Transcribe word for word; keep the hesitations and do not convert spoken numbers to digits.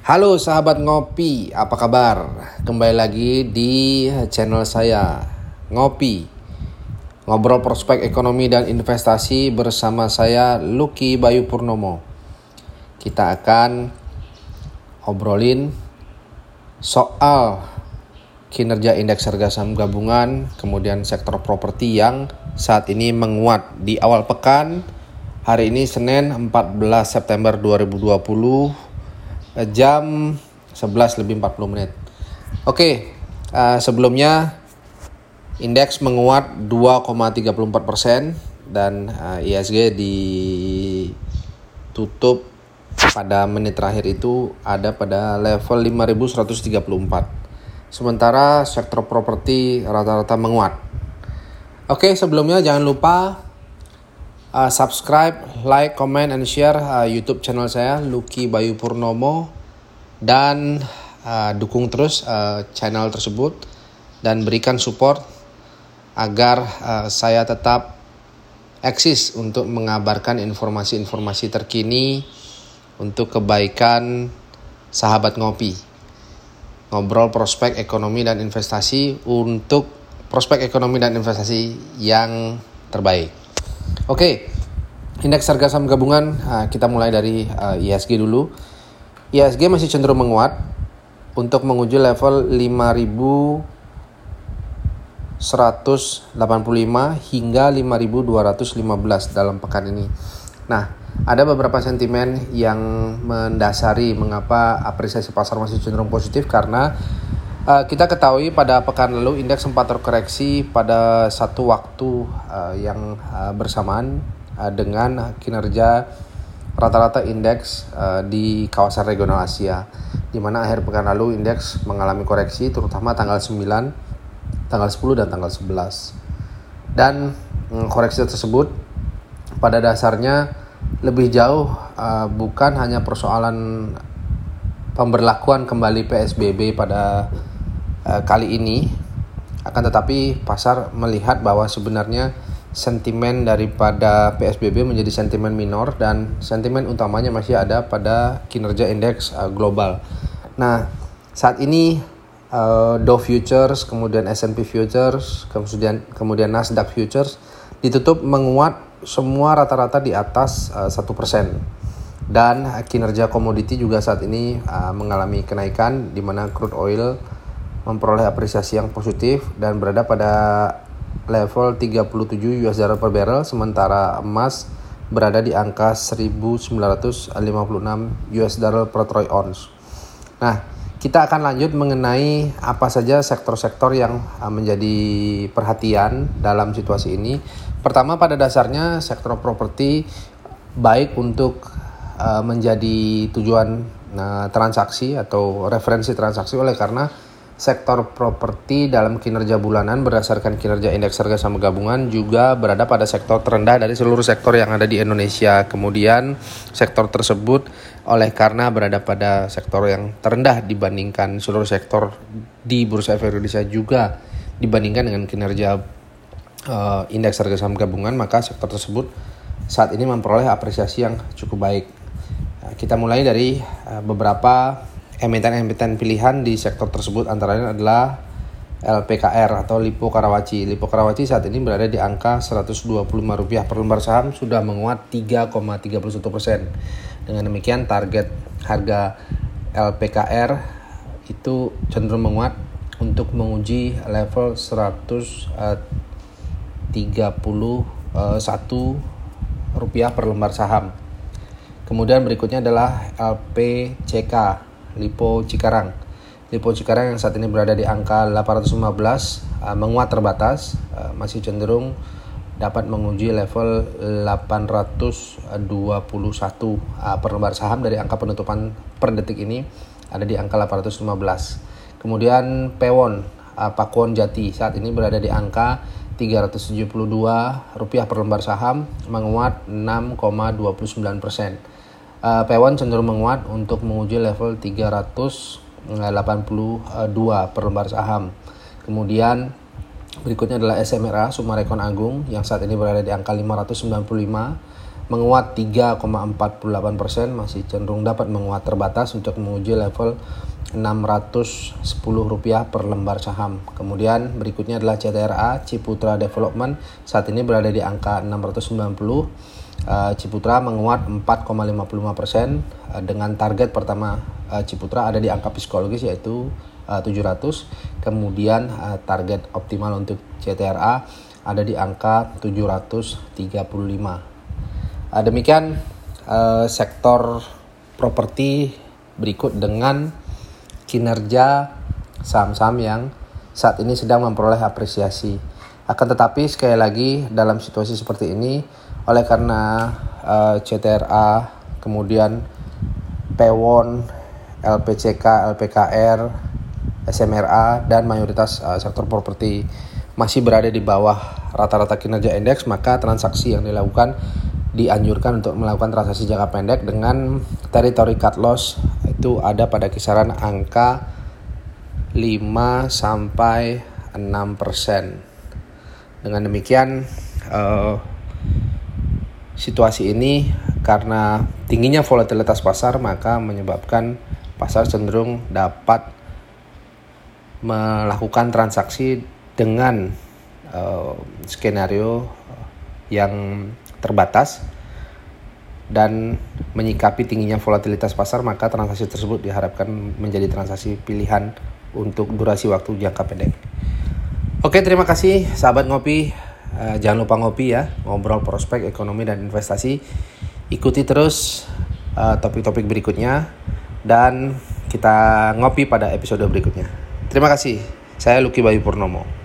Halo sahabat ngopi, apa kabar? Kembali lagi di channel saya, Ngopi, ngobrol prospek ekonomi dan investasi bersama saya, Lucky Bayu Purnomo. Kita akan obrolin soal kinerja indeks harga saham gabungan, kemudian sektor properti yang saat ini menguat di awal pekan. Hari ini Senin empat belas September dua ribu dua puluh, jam sebelas lebih empat puluh menit. Oke, uh, sebelumnya indeks menguat dua koma tiga empat persen dan uh, I H G ditutup pada menit terakhir itu ada pada level lima ribu seratus tiga puluh empat. Sementara sektor properti rata-rata menguat. Oke, sebelumnya jangan lupa Uh, subscribe, like, comment, and share uh, YouTube channel saya, Lucky Bayu Purnomo, dan uh, dukung terus uh, channel tersebut dan berikan support agar uh, saya tetap eksis untuk mengabarkan informasi-informasi terkini untuk kebaikan sahabat ngopi. Ngobrol prospek ekonomi dan investasi untuk prospek ekonomi dan investasi yang terbaik. Oke, indeks harga saham gabungan uh, kita mulai dari uh, I H G dulu. I H G masih cenderung menguat untuk menguji level lima ribu seratus delapan puluh lima hingga lima ribu dua ratus lima belas dalam pekan ini. Nah, ada beberapa sentimen yang mendasari mengapa apresiasi pasar masih cenderung positif karena Uh, kita ketahui pada pekan lalu indeks sempat terkoreksi pada satu waktu uh, yang uh, bersamaan uh, dengan kinerja rata-rata indeks uh, di kawasan regional Asia, di mana akhir pekan lalu indeks mengalami koreksi terutama tanggal sembilan, tanggal sepuluh dan tanggal sebelas. Dan um, koreksi tersebut pada dasarnya lebih jauh uh, bukan hanya persoalan pemberlakuan kembali P S B B pada uh, kali ini, akan tetapi pasar melihat bahwa sebenarnya sentimen daripada P S B B menjadi sentimen minor dan sentimen utamanya masih ada pada kinerja indeks uh, global. Nah, saat ini uh, Dow Futures, kemudian S and P Futures, kemudian kemudian Nasdaq Futures ditutup menguat semua rata-rata di atas uh, satu persen. Dan kinerja komoditi juga saat ini uh, mengalami kenaikan, di mana crude oil memperoleh apresiasi yang positif dan berada pada level tiga puluh tujuh U S dollar per barrel, sementara emas berada di angka seribu sembilan ratus lima puluh enam U S dollar per troy ounce. Nah, kita akan lanjut mengenai apa saja sektor-sektor yang uh, menjadi perhatian dalam situasi ini. Pertama, pada dasarnya sektor properti baik untuk menjadi tujuan uh, transaksi atau referensi transaksi, oleh karena sektor properti dalam kinerja bulanan berdasarkan kinerja indeks harga saham gabungan juga berada pada sektor terendah dari seluruh sektor yang ada di Indonesia. Kemudian sektor tersebut oleh karena berada pada sektor yang terendah dibandingkan seluruh sektor di Bursa Efek Indonesia juga dibandingkan dengan kinerja uh, indeks harga saham gabungan, maka sektor tersebut saat ini memperoleh apresiasi yang cukup baik. Kita mulai dari uh, beberapa emiten-emiten pilihan di sektor tersebut, antaranya adalah L P K R atau Lippo Karawaci. Lippo Karawaci saat ini berada di angka seratus dua puluh lima rupiah per lembar saham, sudah menguat tiga koma tiga satu persen. Dengan demikian target harga L P K R itu cenderung menguat untuk menguji level seratus tiga puluh satu rupiah per lembar saham. Kemudian berikutnya adalah L P C K, Lippo Cikarang. Lippo Cikarang yang saat ini berada di angka delapan ratus lima belas, uh, menguat terbatas, uh, masih cenderung dapat menguji level delapan ratus dua puluh satu uh, per lembar saham. Dari angka penutupan per detik ini ada di angka delapan ratus lima belas. Kemudian Pewon, uh, Pakuwon Jati saat ini berada di angka tiga ratus tujuh puluh dua rupiah per lembar saham, menguat enam koma dua sembilan persen. Uh, Pewon cenderung menguat untuk menguji level tiga ratus delapan puluh dua per lembar saham. Kemudian berikutnya adalah S M R A, Summarecon Agung, yang saat ini berada di angka lima ratus sembilan puluh lima menguat tiga koma empat delapan persen, masih cenderung dapat menguat terbatas untuk menguji level enam ratus sepuluh rupiah per lembar saham. Kemudian berikutnya adalah C T R A, Ciputra Development, saat ini berada di angka enam ratus sembilan puluh. Uh, Ciputra menguat empat koma lima lima persen uh, dengan target pertama uh, Ciputra ada di angka psikologis yaitu uh, tujuh ratus. Kemudian uh, target optimal untuk C T R A ada di angka tujuh ratus tiga puluh lima. Uh, demikian uh, sektor properti. Berikut dengan kinerja saham-saham yang saat ini sedang memperoleh apresiasi. Akan tetapi sekali lagi dalam situasi seperti ini, oleh karena uh, C T R A, kemudian P W O N, L P C K, L P K R, S M R A, dan mayoritas uh, sektor properti masih berada di bawah rata-rata kinerja indeks, maka transaksi yang dilakukan dianjurkan untuk melakukan transaksi jangka pendek dengan teritori cut loss itu ada pada kisaran angka lima sampai enam persen. Dengan demikian uh, situasi ini karena tingginya volatilitas pasar maka menyebabkan pasar cenderung dapat melakukan transaksi dengan uh, skenario yang terbatas dan menyikapi tingginya volatilitas pasar, maka transaksi tersebut diharapkan menjadi transaksi pilihan untuk durasi waktu jangka pendek. Oke, terima kasih sahabat ngopi. Uh, jangan lupa ngopi ya, ngobrol prospek ekonomi dan investasi. Ikuti terus uh, topik-topik berikutnya dan kita ngopi pada episode berikutnya. Terima kasih. Saya Lucky Bayu Purnomo.